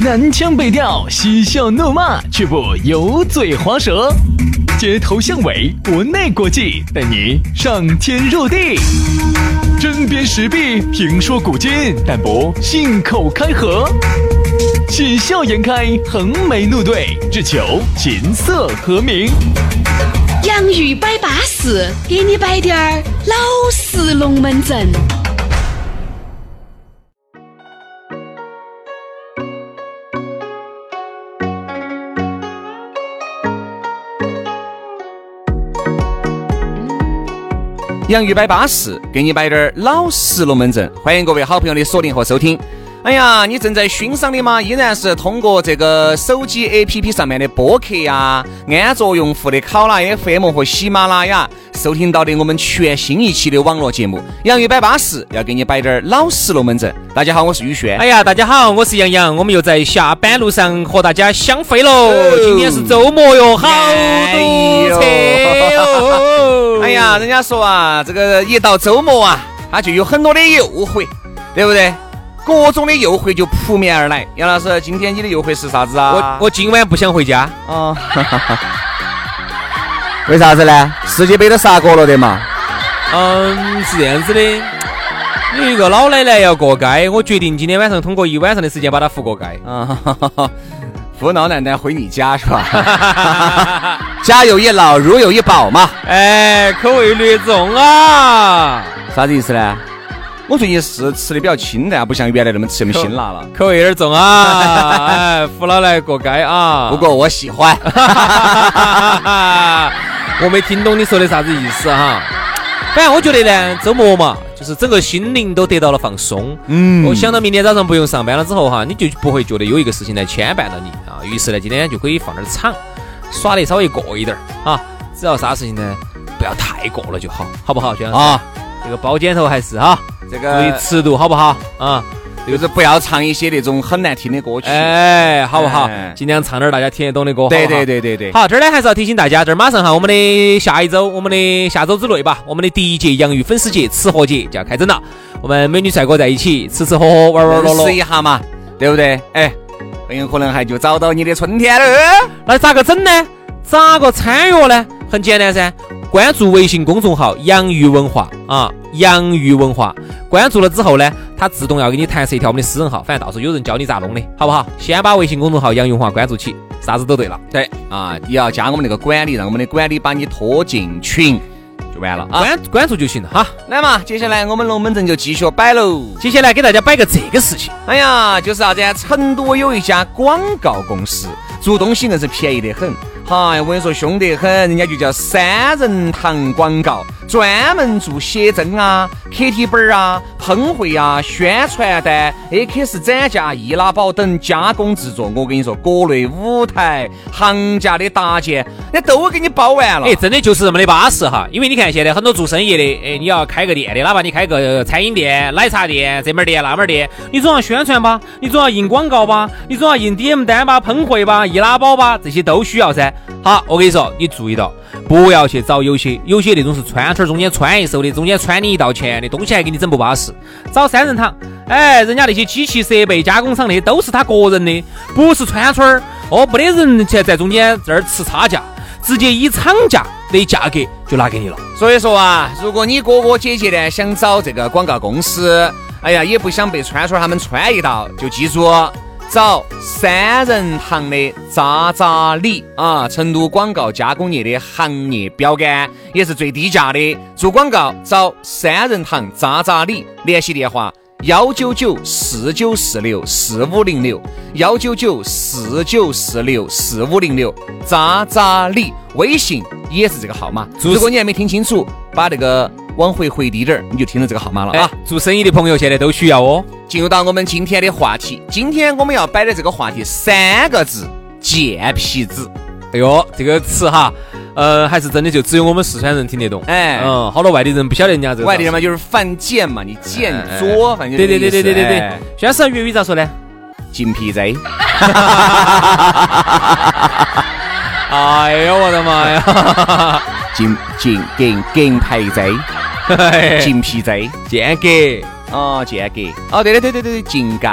南腔北调，嬉笑怒骂，却不油嘴滑舌。街头巷尾，国内国际，带你上天入地。针砭时弊，评说古今，但不信口开河。喜笑颜开，横眉怒对，只求琴瑟和鸣。 洋芋摆巴士，给你摆点儿老式龙门阵。 洋芋摆巴士，给你摆点儿老实龙门阵。欢迎各位好朋友的锁定和收听。哎呀，你正在欣赏的嘛，依然是通过这个手机 APP 上面的播客呀，安卓用户的考拉 FM 和喜马拉雅收听到的我们全新一期的网络节目《洋芋摆巴士》，要给你摆点儿老实龙门阵。大家好，我是宇轩。 哎呀，大家好，我是杨洋，我们又在下班路上和大家相会喽。今天是周末哟，好堵车哟。 哎呀，人家说啊，这个一到周末啊，它就有很多的诱惑，对不对？各种的诱惑就扑面而来。杨老师，今天你的诱惑是啥子啊？ 我今晚不想回家。 哦，为啥子呢？世界杯都杀过了的嘛。 是这样子的，有一个老奶奶要过街，我决定今天晚上通过一晚上的时间把她扶过街。 扶老奶奶回你家是吧？家有一老，如有一宝嘛。 哎，口味略重啊。 啥子意思呢？我最近是吃的比较清淡，不像原来那么吃那么辛辣了， 口味有点重啊。哎，扶老奶奶过街啊。 不过我喜欢。 我没听懂你说的啥子意思哈。反正我觉得呢，周末嘛，就是整个心灵都得到了放松。我想到明天早上不用上班了之后哈，你就不会觉得有一个事情来牵绊到你啊。于是呢，今天就可以放点场，耍得稍微过一点啊。只要啥事情呢，不要太过了就好，好不好？这样啊，这个包剪头还是哈，这个注意尺度，好不好啊？ 就是不要唱一些那种很难听的歌曲， 哎，好不好？尽量唱点大家听得懂的歌。 对。 好，这儿呢还是要提醒大家，这儿马上哈，我们的下周之内吧，我们的第一届洋芋粉丝节吃货节就要开整了。我们美女帅哥在一起吃吃喝喝玩玩乐乐， 试一下嘛，对不对？哎，很有可能还就找到你的春天了。 那咋个整呢？咋个参与呢？很简单噻，关注微信公众号洋芋文化啊，洋芋文化。关注了之后呢，它自动要给你弹射一条我们的私人号，反正到时候有人教你咋弄的，好不好？先把微信公众号洋芋文化关注起，啥子都对了。 对啊，你要加我们那个管理，让我们的管理把你拖进群就完了啊。 关注就行了哈。 来嘛，接下来我们龙门阵就继续摆喽。 接下来给大家摆个这个事情。 哎呀，就是啥子？成都有一家广告公司，做东西硬是便宜得很。哎，我跟你说凶得很，人家就叫三人堂广告，专门做写真啊、KT 本啊、喷绘啊、宣传单、AKS 展架、易拉宝等加工制作。我跟你说，国内舞台、行家的搭建，那都给你包完了。 哎，真的就是这么的巴适哈。因为你看现在很多做生意的，哎，你要开个店的，哪怕你开个餐饮店、奶茶店、这门店那门店，你总要宣传吧，你总要印广告吧，你总要印 DM 单吧、喷绘吧、易拉宝吧，这些都需要噻。好，我跟你说，你注意到，不要去找有些那种是穿圈中间穿一手的，中间穿你一道钱的东西，还给你整不巴适。找三人堂，哎，人家那些机器设备加工厂的都是他个人的，不是穿圈哦，没得人在中间这儿吃差价，直接以厂价的价格就拿给你了。 所以说啊，如果你哥哥姐姐呢想找这个广告公司，哎呀，也不想被穿圈他们穿一道，就记住找三人堂的渣渣李啊，成都广告加工业的行业标杆，也是最低价的。做广告找三人堂渣渣李，联系电话199494506，19949464506，渣渣李，微信也是这个号码。如果你还没听清楚，把那个往回回低点，你就听到这个号码了啊！ 做生意的朋友现在都需要哦。 进入到我们今天的话题，今天我们要摆的这个话题3个字：贱皮子。 哎呦，这个词哈，还是真的就只有我们四川人听得懂。 哎， 好多外地人不晓得人家这个。 外地人嘛，就是犯贱嘛，你贱作，反正对。现在是粤语咋说呢？ 金皮贼。 哎呦我的妈呀！ 金皮贼，金皮贼， 间隔哦，间隔哦，对，金嘎，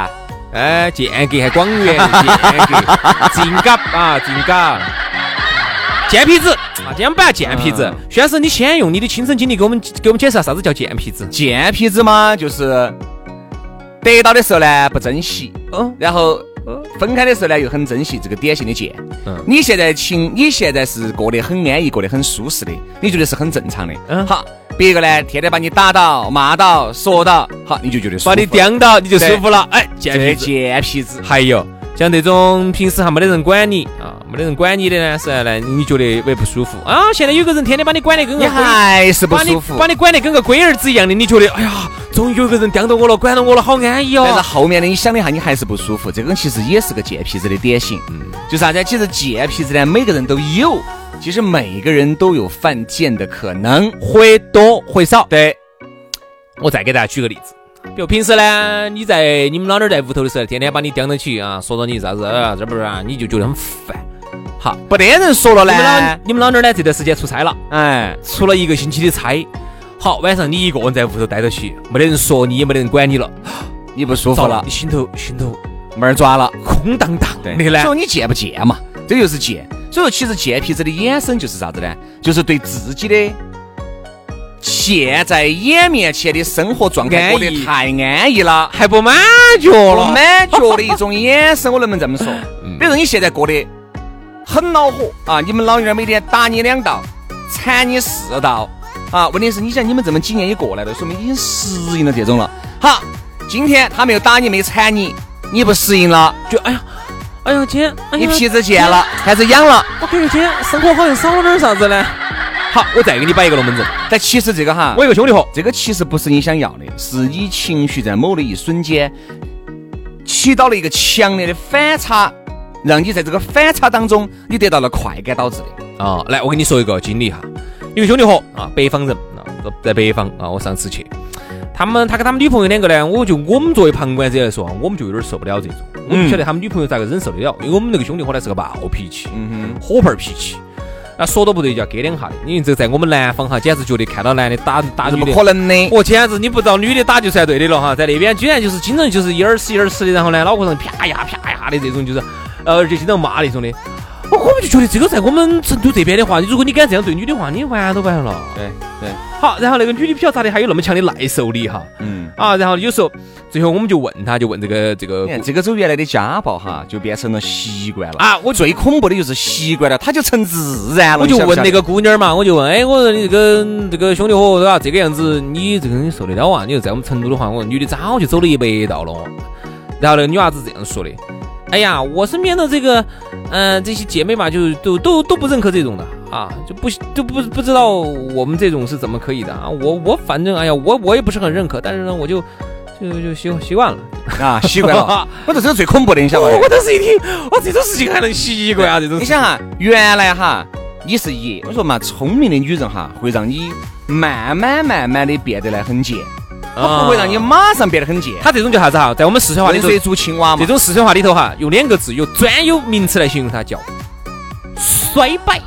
间隔还广元，间隔，金嘎啊，金嘎。贱皮子啊！今天不要贱皮子，徐老师，你先用你的亲身经历给我们介绍啥子叫贱皮子？ 贱皮子嘛，就是得到的时候呢不珍惜，然后分开的时候呢又很珍惜，这个典型的贱。你现在是过得很安逸，过得很舒适的，你觉得是很正常的。好，别个呢天天把你打倒、骂倒、说倒，好，你就觉得舒服， 把你刁到你就舒服了。哎， 贱皮子。 还有像这种平时还没得人管你啊，没得人管你的呢，是呢，你觉得为不舒服啊？现在有个人天天把你管得跟个你还是不舒服， 把你管得跟个龟儿子一样的，你觉得哎呀，终于有个人刁到我了，管到我了，好安逸哦。 但是后面呢，你想了一下，你还是不舒服，这个其实也是个贱皮子的典型。就是啥子？其实贱皮子呢，每个人都有，其实每个人都有犯贱的可能， 会多会少。 对， 我再给大家举个例子。比如平时呢，你在你们老娘在屋头的时候，天天把你刁到起啊，说到你啥子这不是啊，你就觉得很烦。好， 不得人说了呢。 你们老娘呢这段时间出差了，出了1个星期的差。好，晚上你一个人在屋头待着起，没得人说你，也没得人管你了， 你不舒服了， 你心头门儿抓了， 空荡荡的呢。 所以你贱不贱嘛？这就是贱。所以说，其实贱皮子的衍生就是啥子呢？就是对自己的现在眼面前的生活状态过得太安逸了， 还不满足了， 不满足的一种衍生。我能不能这么说？比如说你现在过得很恼火啊，你们老娘每天打你2道，缠你4道啊。问题是你想你们这么几年也过来了，说明已经适应了这种了。好，今天他没有打你，没缠你，你不适应了，就哎呀， 今天你皮子贱了，开始痒了。 我感觉今天生活好像少了点啥子呢？好，我再给你摆一个龙门阵。 但其实这个哈， 我有个兄弟伙， 这个其实不是你想要的，是你情绪在某的一瞬间起到了一个强烈的反差，让你在这个反差当中你得到了快感导致的。 啊，来，我跟你说一个经历哈，有个兄弟伙啊，北方人啊，在北方啊，我上次去，他跟他们女朋友2个呢，我们作为旁观者来说，我们就有点受不了这种，我不晓得他们女朋友咋个忍受得了，因为我们那个兄弟伙呢是个暴脾气，火盆脾气。那说都不对就要给2下的，因为这在我们南方哈，简直觉得看到男的打女的不可能的， 我简直你不知道女的打就算对的了哈，在那边居然就是经常就是一耳屎的，然后呢脑壳上啪呀的这种，就是而且经常骂那种的。我们就觉得这个在我们成都这边的话，如果你敢这样对女的话，你完都完了。 对。 好，然后那个女的不晓得咋的，还有那么强的耐受力哈。然后有时候最后我们就问他，就问这个， 这个走原来的家暴哈，就变成了习惯了啊。我最恐怖的就是习惯了，他就成自然了。 我就问那个姑娘嘛，我就问，我说你这个兄弟伙对吧？这个样子，你这个你受得了啊？你就在我们成都的话，我女的早就走了100道了。然后那个女娃子这样说的。哎呀，我身边的这些姐妹嘛，就都不认可这种的啊，就不知道我们这种是怎么可以的啊。我反正哎呀，我也不是很认可，但是呢，我就习惯了啊，习惯了。我这是最恐怖的，你晓得吧？ 我当时一听，我这种事情还能习惯啊？这种你想哈，原来哈你是爷，我说嘛，聪明的女人哈会让你慢慢的变得来很贱。他不会让你马上变得很贱， 他这种叫啥子哈？在我们四川话里头， 水煮青蛙嘛。 这种四川话里头哈，用2个字，有专有名词来形容它，叫衰摆，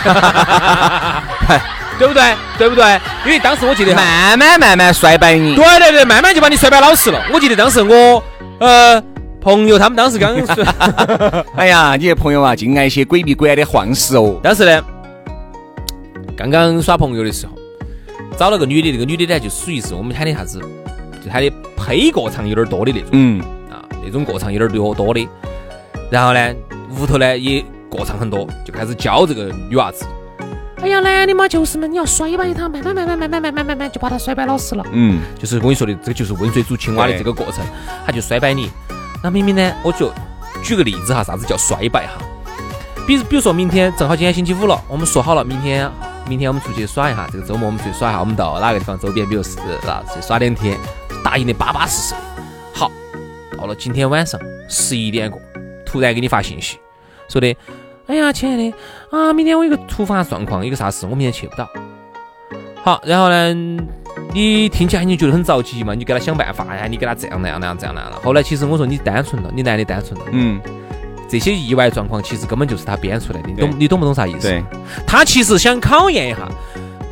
对不对？对不对？因为当时我记得慢慢衰摆你， 对，慢慢就把你衰摆老实了。我记得当时我朋友他们当时刚哎呀，你的朋友啊，净爱些鬼迷鬼眼的晃事哦。 当时呢，刚刚耍朋友的时候。找了个女的，那个女的呢就属于是我们喊的啥子，就喊的胚过长有点多的那种，那种过长有点多的。然后呢，屋头呢也过长很多，就开始教这个女娃子。哎呀，男的嘛就是嘛，你要衰摆他，慢慢就把他衰摆老实了。就是我跟你说的，这个就是温水煮青蛙的这个过程，他就衰摆你。那明明呢，我就举个例子哈，啥子叫衰摆哈？比如说明天正好今天星期5了，我们说好了明天我们出去耍一下，这个周末我们出去耍一下，我们到哪个地方周边，比如是去耍2天，打赢的巴巴适适。好，到了今天晚上11点过，突然给你发信息说的，哎呀亲爱的啊，明天我有个突发状况，一个啥事，我明天去不到。好，然后呢，你听起来你就觉得很着急嘛，你就给他想办法呀，你给他这样那样了。后来其实我说你单纯了，你男的单纯了，这些意外状况其实根本就是他编出来的，你懂不懂啥意思？ 对， 他其实想考验一下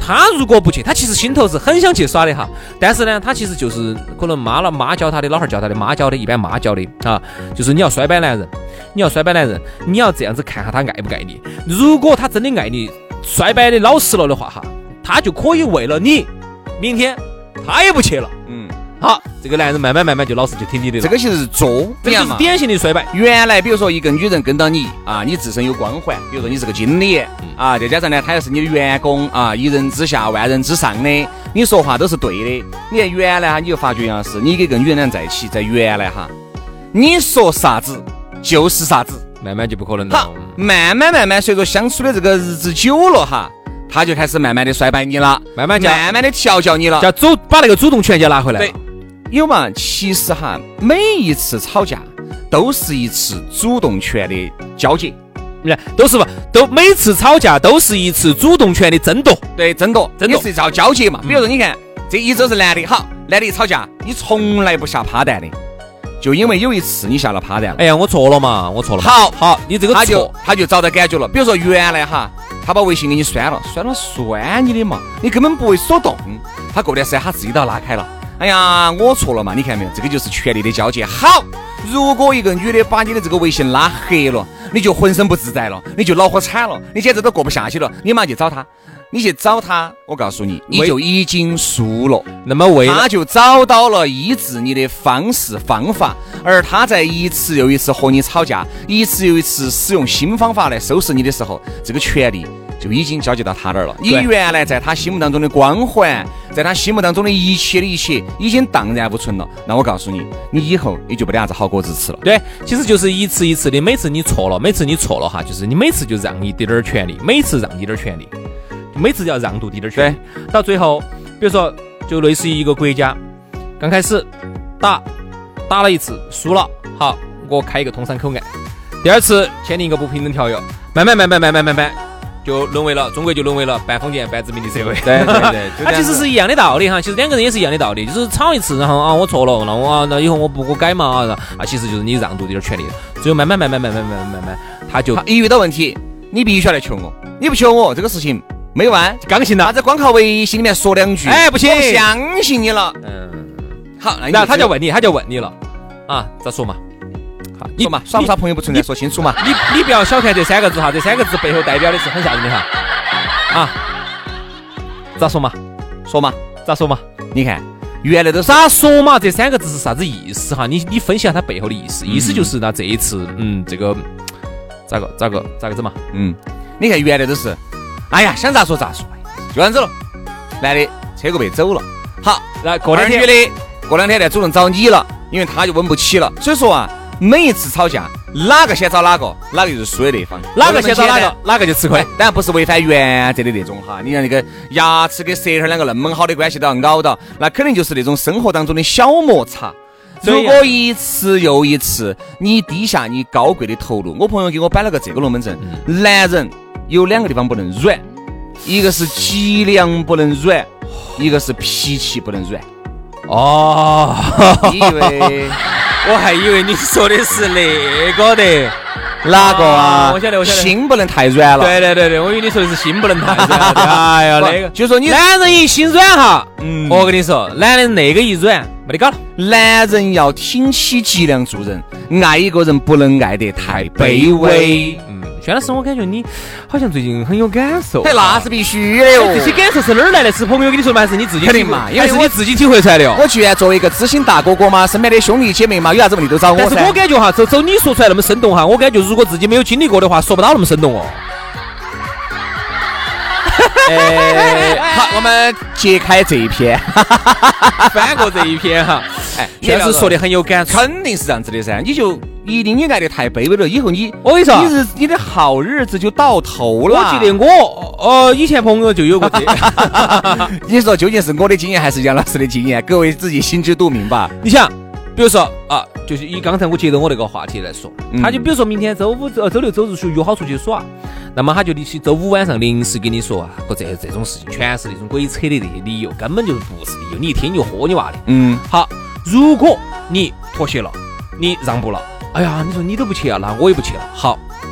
他如果不去，他其实心头是很想去耍的哈，但是呢，他其实就是可能妈教他的，老汉儿教他的，妈教的，一般妈教的啊，就是你要衰摆男人，你要这样子看下他爱不爱你。如果他真的爱你，衰摆的老实了的话哈，他就可以为了你，明天他也不去了。好，这个男人慢慢就老实就听你的了。 这个其实是作， 这就是典型的衰摆。 原来比如说一个女人跟到你啊，你自身有光环，比如说你是个经理啊，再加上呢，她又是你的员工啊，一人之下万人之上的，你说话都是对的。你看原来哈，你就发觉杨老师，你跟一个女人在一起，在原来哈，你说啥子就是啥子， 慢慢就不可能了。 好，慢慢随着相处的这个日子久了哈，他就开始慢慢的衰摆你了，慢慢的调教你了， 把那个主动权就拿回来了。 对，有嘛？其实哈，每一次吵架都是一次主动权的交接， 都每次吵架都是一次主动权的争夺。 对，争夺也是一招交接嘛。比如说，你看这一周是男的，好，男的一吵架，你从来不下趴蛋的，就因为有一次你下了趴蛋了。 哎呀，我错了嘛。好，你这个错， 他就找到感觉了。比如说原来哈，他把微信给你删了你的嘛，你根本不会所动。他过段时间他自己都要拉开了。哎呀，我错了嘛，你看没有？这个就是权力的交接。好，如果一个女的把你的这个微信拉黑了，你就浑身不自在了，你就恼火惨了，你简直都过不下去了，你马上去找他。你去找他，我告诉你，你就已经输了。 那么他就找到了医治你的方式方法，而他在一次又一次和你吵架，一次又一次使用新方法来收拾你的时候，这个权利就已经交接到他那儿了。你原来在他心目当中的光环，在他心目当中的一切已经荡然无存了。那我告诉你，你以后也就没得啥子好果子吃了。 对，其实就是一次一次的，每次你错了哈，就是你每次就让一点点权利，每次让一点权利，每次要让渡一点权利，到最后，比如说就类似于一个国家，刚开始打了一次输了，好，我开一个通商口岸，第二次签订一个不平等条约，慢慢就沦为了中国，就沦为了半封建半殖民的社会。 对， 它其实是一样的道理哈，其实两个人也是一样的道理，就是吵一次，然后啊我错了，那以后我改嘛啊，其实就是你让渡一点权利，最后慢慢，他就一遇到问题，你必须要来求我，你不求我，这个事情没完， 刚性了。 他在光靠微信里面说两句， 哎，不行， 我不相信你了。好， 那他就问你了啊，咋说嘛？好， 你说嘛，耍不耍朋友不存在，说清楚嘛。 你不要小看这三个字哈，这三个字背后代表的是很吓人的哈。啊，咋说嘛？ 说嘛？ 咋说嘛？ 你看，原来都是咋说嘛？这三个字是啥子意思哈？你分析下它背后的意思，意思就是那这一次，这个咋个子嘛？ 你看原来都是，哎呀，想咋说咋说，就这样子了。男的车过被走了，好，那过两天女的过两天再主动找你了，因为他就稳不起了。所以说啊，每一次吵架，哪个先找哪个就是输的那方， 哪个先找哪个就吃亏。 当然不是违反原则的那种哈。你看那个牙齿跟舌头两个那么好的关系都要咬到，那肯定就是那种生活当中的小摩擦。如果一次又一次你低下你高贵的头颅，我朋友给我摆了个这个龙门阵，男人有两个地方不能软，一个是脊梁不能软，一个是脾气不能软。 哦， 你以为我还以为你说的是那个的， 哪个啊？ 我晓得， 心不能太软了。 对，我以为你说的是心不能太软。哎呀，那个就说你男人一心软哈，我跟你说，男人那个一软没得搞了。 男人要挺起脊梁做人，爱一个人不能爱得太卑微。 薛老师，我感觉你好像最近很有感受。 那是必须的哦。 这些感受是哪儿来的？是朋友跟你说的还是你自己？ 肯定嘛，因为是你自己体会出来的哦。 我既然作为一个知心大哥哥嘛，身边的兄弟姐妹嘛，有啥子问题都找我噻。 但是我感觉哈，走你说出来那么生动哈，我感觉如果自己没有经历过的话，说不到那么生动哦。 好，我们揭开这一篇， 翻过这一篇哈。确实说的很有感触， 肯定是这样子的噻。你就一定你爱的太卑微了，以后我跟你说， 你的好日子就到头了。 我记得我以前朋友就有过这。 你说究竟是我的经验还是杨老师的经验？各位自己心知肚明吧。 你想，比如说啊，就是以刚才我接着我那个话题来说，他就比如说明天周五、周六、周日约好出去耍。那么他就周五晚上临时跟你说啊，这种事情全是那种鬼扯的那些理由，根本就不是理由，你一听就喝你娃的。好，如果你妥协了，你让步了，哎呀，你说你都不去啊，那我也不去了。好，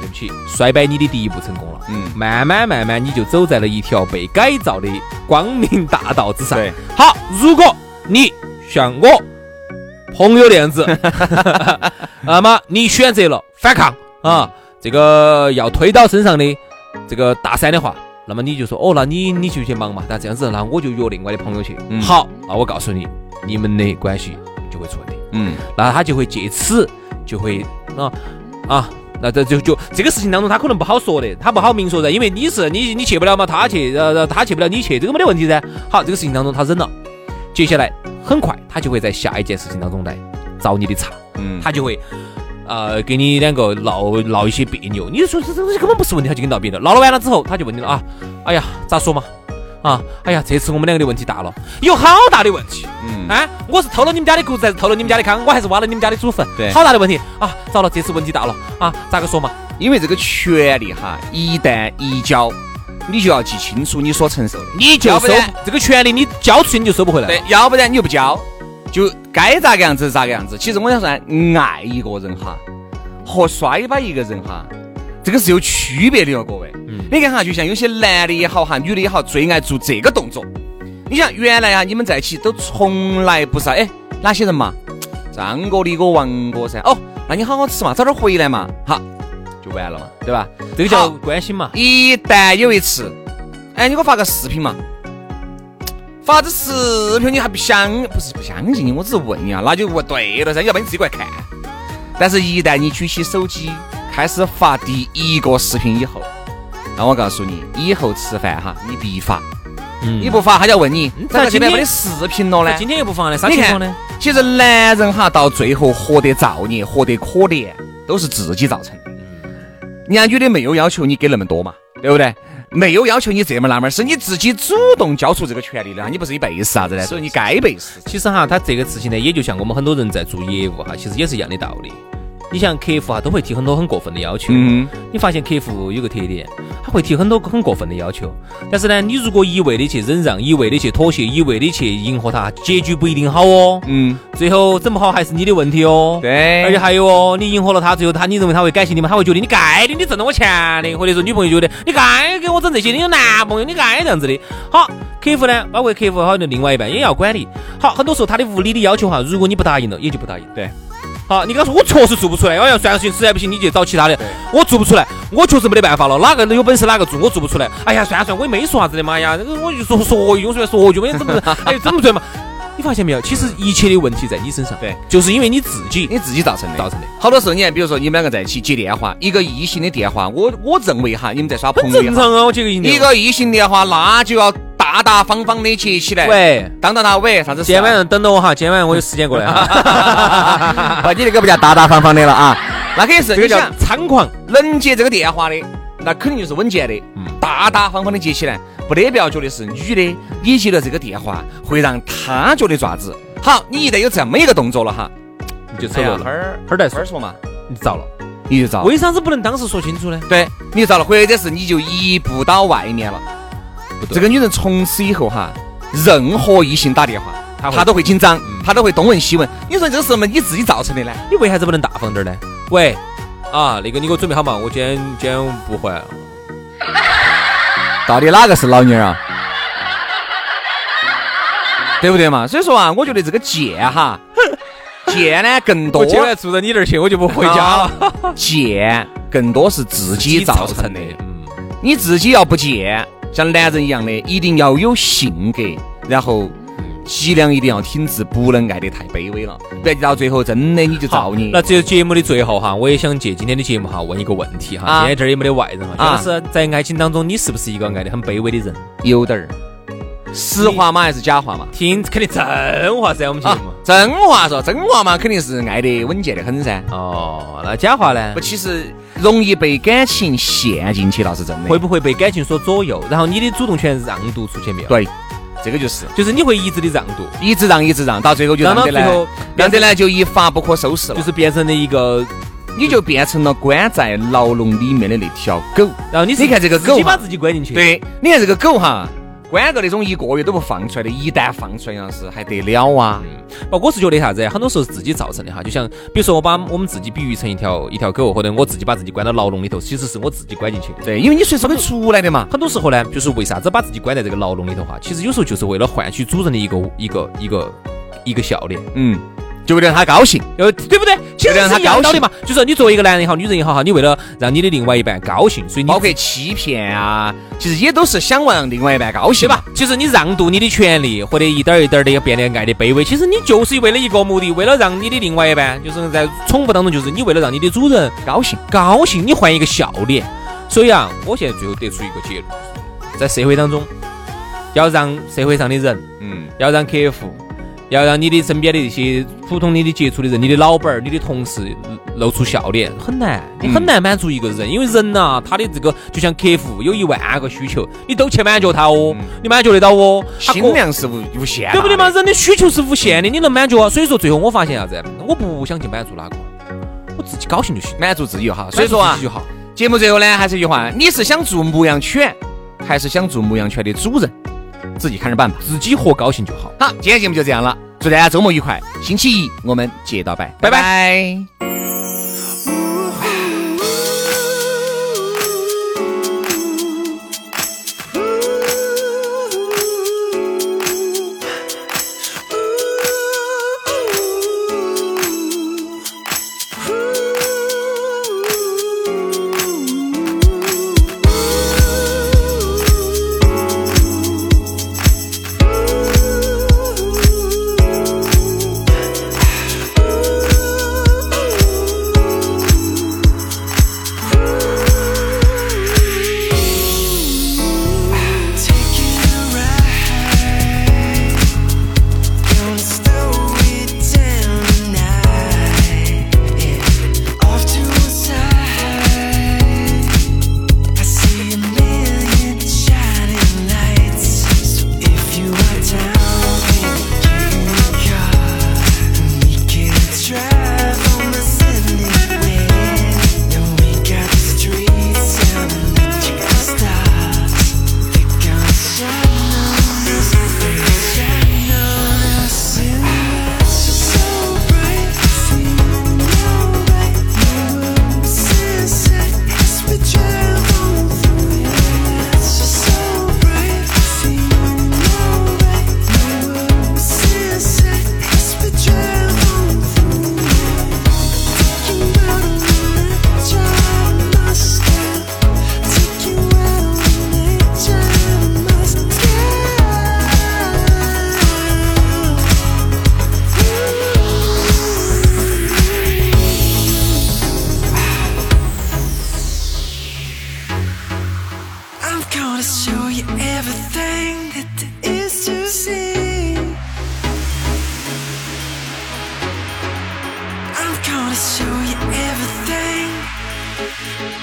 对不起，衰败你的第一步成功了。慢慢你就走在了一条被改造的光明大道之上。 对， 好，如果你像我朋友那样子，那么你选择了反抗啊，这个要推倒身上的这个大山的话，那么你就说哦，那你就去忙嘛。那这样子，那我就约另外的朋友去。好，那我告诉你，你们的关系就会出问题。那他就会借此就会那这就这个事情当中，他可能不好说的，他不好明说的，因为你去不了嘛，他去他去不了，你去，这个没得问题噻。好，这个事情当中他忍了，接下来很快他就会在下一件事情当中来找你的茬。他就会给你两个闹一些别扭，你说这东西根本不是问题，他就跟你闹别扭，闹了完了之后，他就问你了啊，哎呀，咋说嘛？哎呀，这次我们两个的问题大了，有好大的问题。我是偷了你们家的谷子，还是偷了你们家的糠？我还是挖了你们家的祖坟？对，好大的问题啊！糟了，这次问题大了啊！咋个说嘛？ 因为这个权利哈，一旦移交，你就要记清楚你所承受的， 你就收这个权利，你交出去你就收不回来。 对，要不然你就不交，就该咋个样子咋个样子。其实我想说，爱一个人哈，和衰摆一个人哈，这个是有区别的哦，各位。你看哈，就像有些男的也好哈，女的也好，最爱做这个动作。你想原来啊，你们在一起都从来不是哪些人嘛，张哥、李哥、王哥噻。哦，那你好好吃嘛，早点回来嘛，好，就完了嘛，对吧？ 这个叫关心嘛。 一旦有一次，你给我发个视频嘛，发这视频你还不相信你，我只是问你啊，那就对了噻，要不然你自己过来看。但是，一旦你举起手机开始发第一个视频以后，那我告诉你，以后吃饭哈，你必发。你不发，他就要问你，咋个现在没得视频了呢？ 今天又不发了，啥情况呢？ 其实男人哈，到最后活得造孽，活得可怜，都是自己造成的。人家女的没有要求你给那么多嘛，对不对？没有要求你这么那么，是你自己主动交出这个权利的，你不是你背时啥子呢？所以你该背时。 其实哈，他这个事情呢，也就像我们很多人在做业务哈，其实也是一样的道理。你想客户都会提很多很过分的要求，你发现客户有个特点，他会提很多很过分的要求，但是呢，你如果一味的去忍让，一味的去妥协，一味的去迎合他，结局不一定好哦。最后整不好还是你的问题哦。 对， 而且还有哦，你迎合了他，最后你认为他会感谢你吗？他会觉得你该的，你挣了我钱的，或者说女朋友觉得你该给我整这些，你有男朋友，你该这样子的。好，客户呢，包括客户好的另外一半也要管理。好，很多时候他的无理的要求哈，如果你不答应了，也就不答应。 对。 好，你刚说我确实做不出来，算行，实在不行你就找其他的。我做不出来，我确实没得办法了。哪个有本事哪个做，我做不出来。哎呀，算，我也没说啥子的嘛呀，我就说用出来说就没整不整不出来嘛。你发现没有？其实一切的问题在你身上， 对， 就是因为你自己造成的。好多时候你看，比如说你们两个在一起接电话，一个异性的电话，我认为哈，你们在耍朋友， 很正常啊。我接个一个异性电话，那就要大大方方的接起来。 喂， 当他喂啥子？ 今天晚上等到我哈，今天晚上我有时间过来哈。 不，你那个不叫大大方方的了啊，那肯定是这个叫猖狂。 能接这个电话的，那肯定就是稳健的，大大方方的接起来，不得不要觉得是女的，你接了这个电话会让他觉得爪子。好，你一旦有这么一个动作了哈， 你就走了，哈儿再说嘛， 你糟了， 你就糟了。 为啥子不能当时说清楚呢？ 对，你就糟了，或者是你就一步到外面了。这个女人从此以后哈，任何异性打电话，她都会紧张，她都会东问西问。你说这是什么你自己造成的呢？ 你为啥子不能大方点呢？喂，那个你给我准备好嘛，我今天不回来了。 到底哪个是老妞啊？对不对嘛？所以说啊，我觉得这个贱哈，贱呢更多。 我今晚住到你那儿去，我就不回家了。 贱更多是自己造成的。你自己要不贱，像男人一样的，一定要有性格，然后脊梁一定要挺直，不能爱得太卑微了，不然到最后真的你就造孽。 那这节目的最后哈，我也想借今天的节目哈，问一个问题哈。今天这儿也没得外人哈，就是在爱情当中，你是不是一个爱得很卑微的人？ 有点儿。实话嘛还是假话嘛？ 听肯定真话噻，我们节目。 真话说，真话嘛肯定是爱得稳健的很噻。 那假话呢？ 不，其实容易被感情陷进去，那是真的。 会不会被感情所左右？然后你的主动权让渡出去没有？ 对，这个就是你会一直的让渡， 一直让，到最后就让得来就一发不可收拾了， 就是变成了一个。 你就变成了关在牢笼里面的那条狗。 然后你看这个狗， 自己把自己关进去。 对，你看这个狗哈。 关个那种1个月都不放出来的，一旦放出来，杨老师还得了啊？ 我是觉得啥子，很多时候是自己造成的哈。就像比如说我把我们自己比喻成一条狗，或者我自己把自己关到牢笼里头，其实是我自己关进去的。 对，因为你随时会出来的嘛。 很多时候呢，就是为啥子把自己关在这个牢笼里头哈？其实有时候就是为了换取主人的一个笑脸。 就为了让他高兴， 对不对？其实是一样道理嘛。就是你作为一个男人也好，女人也好哈，你为了让你的另外一半高兴，所以你包括欺骗啊，其实也都是想让另外一半高兴， 对吧？其实你让渡你的权利，或者一点一点的变得爱的卑微，其实你就是为了一个目的，为了让你的另外一半，就是在宠物当中，就是你为了让你的主人高兴， 你换一个笑脸。所以啊，我现在最后得出一个结论，在社会当中，要让社会上的人，要让客户。要让你的身边的一些普通你的接触的人，你的老板、你的同事露出笑脸很难，你很难满足一个人，因为人呐，他的这个就像客户有10000个需求，你都去满足他哦，你满足得到哦， 心量是无限的， 对不对嘛？人的需求是无限的，你能满足啊？所以说最后我发现啥子，我不想去满足哪个，我自己高兴就行， 满足自己就好。所以说啊，节目最后呢，还是一句话，你是想做牧羊犬，还是想做牧羊犬的主人？自己看着办吧， 自己活高兴就好。 好，今天节目就这样了，祝大家周末愉快，星期一我们接到拜，拜拜。 Show you everything.